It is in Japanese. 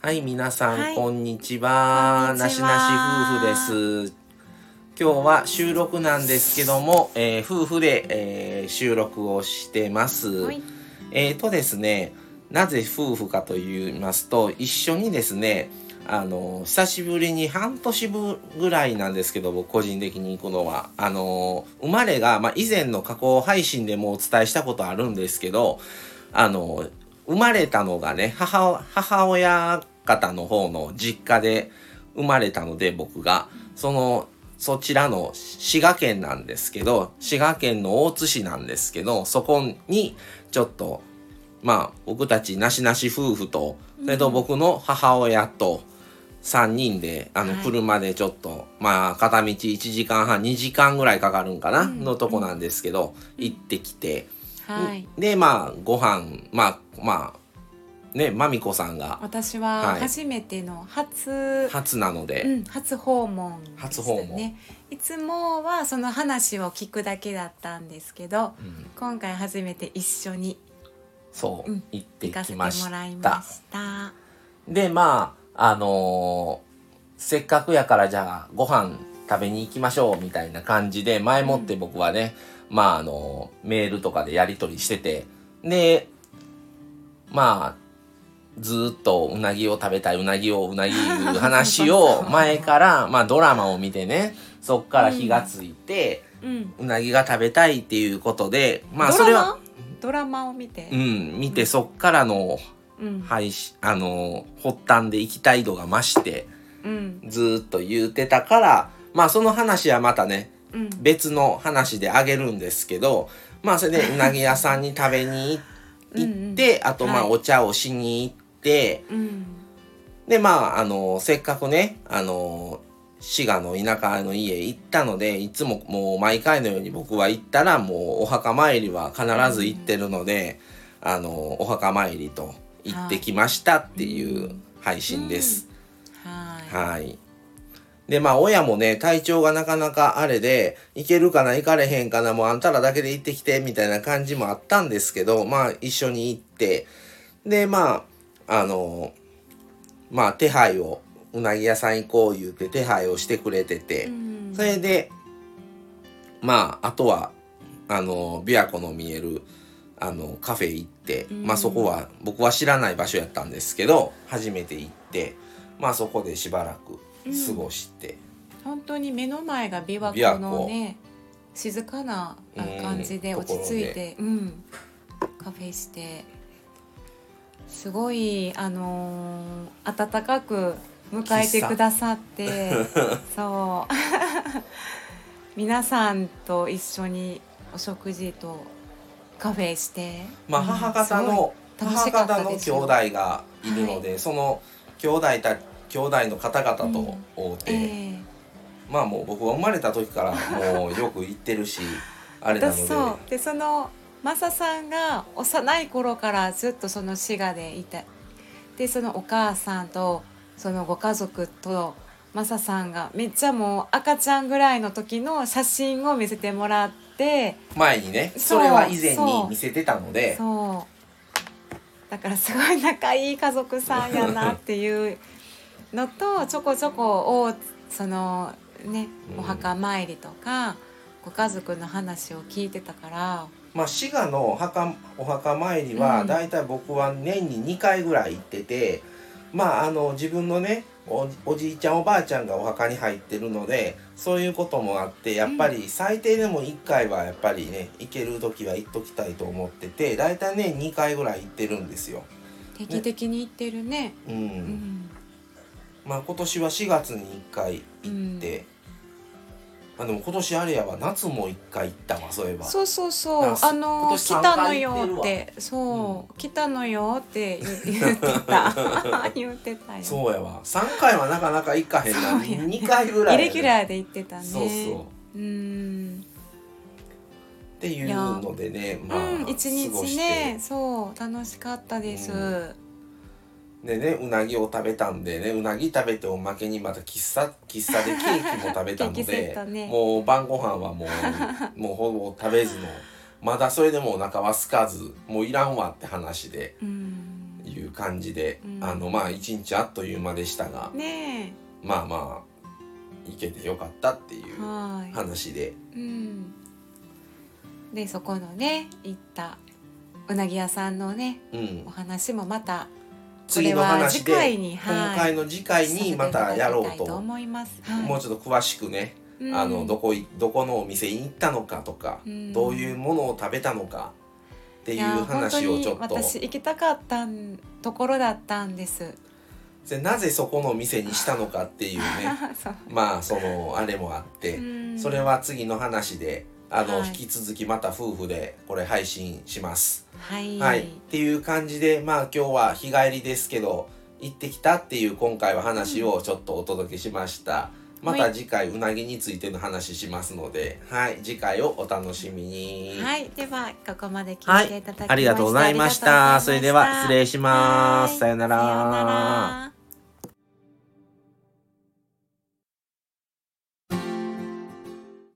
はい、皆さん、 はいこんにちは。 こんにちはなしなし夫婦です。今日は収録なんですけども、夫婦で、収録をしてます。 はい。 ですね、なぜ夫婦かと言いますと、一緒にですね、久しぶりに半年ぶぐらいなんですけど、僕個人的に行くのは、生まれが、以前の過去配信でもお伝えしたことあるんですけど、生まれたのがね、母親方の方の実家で生まれたので、僕が、そちらの滋賀県なんですけど、滋賀県の大津市なんですけど、そこにちょっと、僕たちなしなし夫婦と、それと僕の母親と、3人で車でちょっと、片道1時間半2時間ぐらいかかるんかな、のとこなんですけど、行ってきて、 はい。 でご飯まみこさんが私は初めての初なので、 初訪問でした初訪問ね。いつもはその話を聞くだけだったんですけど、今回初めて一緒に行って行かせてきましもらいたま。したでせっかくやからじゃあご飯食べに行きましょうみたいな感じで前もって僕はね、メールとかでやり取りしてて、でずーっとうなぎを食べたい、うなぎいう話を前からドラマを見てね、そっから火がついて、うなぎが食べたいっていうことで、それはドラマを見て、 見て、そっからの発端で行きたい度が増して、ずーっと言うてたから、その話はまたね、別の話であげるんですけど、それでうなぎ屋さんに食べに行って、あとお茶をしに行って、でせっかくね滋賀の田舎の家行ったので、いつももう毎回のように僕は行ったらもうお墓参りは必ず行ってるので、お墓参りと行ってきましたっていう配信です。はい。で親もね体調がなかなかあれで行けるかな行かれへんかな、もうあんたらだけで行ってきてみたいな感じもあったんですけど、一緒に行って、で手配をうなぎ屋さん行こう言うて手配をしてくれてて、それであとは琵琶湖の見えるカフェ行って、そこは僕は知らない場所やったんですけど初めて行って、そこでしばらく過ごして、 本当に目の前が琵琶湖のね静かな感じで落ち着いて、カフェして、すごい温かく迎えてくださってそう皆さんと一緒にお食事とカフェして、 母方の兄弟がいるので、その兄弟の方々と会うて、もう僕は生まれた時からもうよく行ってるしあれなので、 そうで、そのマサさんが幼い頃からずっとその滋賀でいた。でそのお母さんとそのご家族とマサさんがめっちゃもう赤ちゃんぐらいの時の写真を見せてもらって、 前にね、それは以前に見せてたので、 だからすごい仲いい家族さんやなっていうのとちょこちょこそのねお墓参りとかご家族の話を聞いてたから、 滋賀のお墓参りはだいたい僕は年に2回ぐらい行ってて、自分のねおじいちゃんおばあちゃんがお墓に入ってるので、そういうこともあってやっぱり最低でも1回はやっぱりね行ける時は行っときたいと思ってて、だいたい年2回ぐらい行ってるんですよ。 定期的に行ってるね。 今年は4月に1回行って、でも今年あれやわ、夏も1回行ったわ。そういえばそう来たのよって、来たのよって言ってた言ってたよ。 そうやわ、3回はなかなか行かへんな、2回ぐらい、 イレギュラーで行ってたね。 っていうのでね、 一日ね、そう楽しかったです。 でね、うなぎを食べたんでね、うなぎ食べておまけにまた喫茶でケーキも食べたので、もう晩ご飯はもうほぼ食べずの、まだそれでもお腹は空かず、もういらんわって話でいういう感じで、まあ一日あっという間でしたが、 ね、 まあまあ行けてよかったっていう話で、 でそこのね行ったうなぎ屋さんのね、お話もまた次の話で今回の次回にまたやろうと思います。もうちょっと詳しくね、どこのお店に行ったのかとか、どういうものを食べたのかっていう話をちょっと。 私行きたかったところだったんです。 なぜそこの店にしたのかっていうねまあそのあれもあって、それは次の話で引き続きまた夫婦でこれ配信します。はい、っていう感じで、まあ今日は日帰りですけど行ってきたっていう今回は話をちょっとお届けしました。また次回うなぎについての話しますので、はい、次回をお楽しみに。 はい、ではここまで聞いていただきまして、 ありがとうございました。それでは失礼します。さよなら。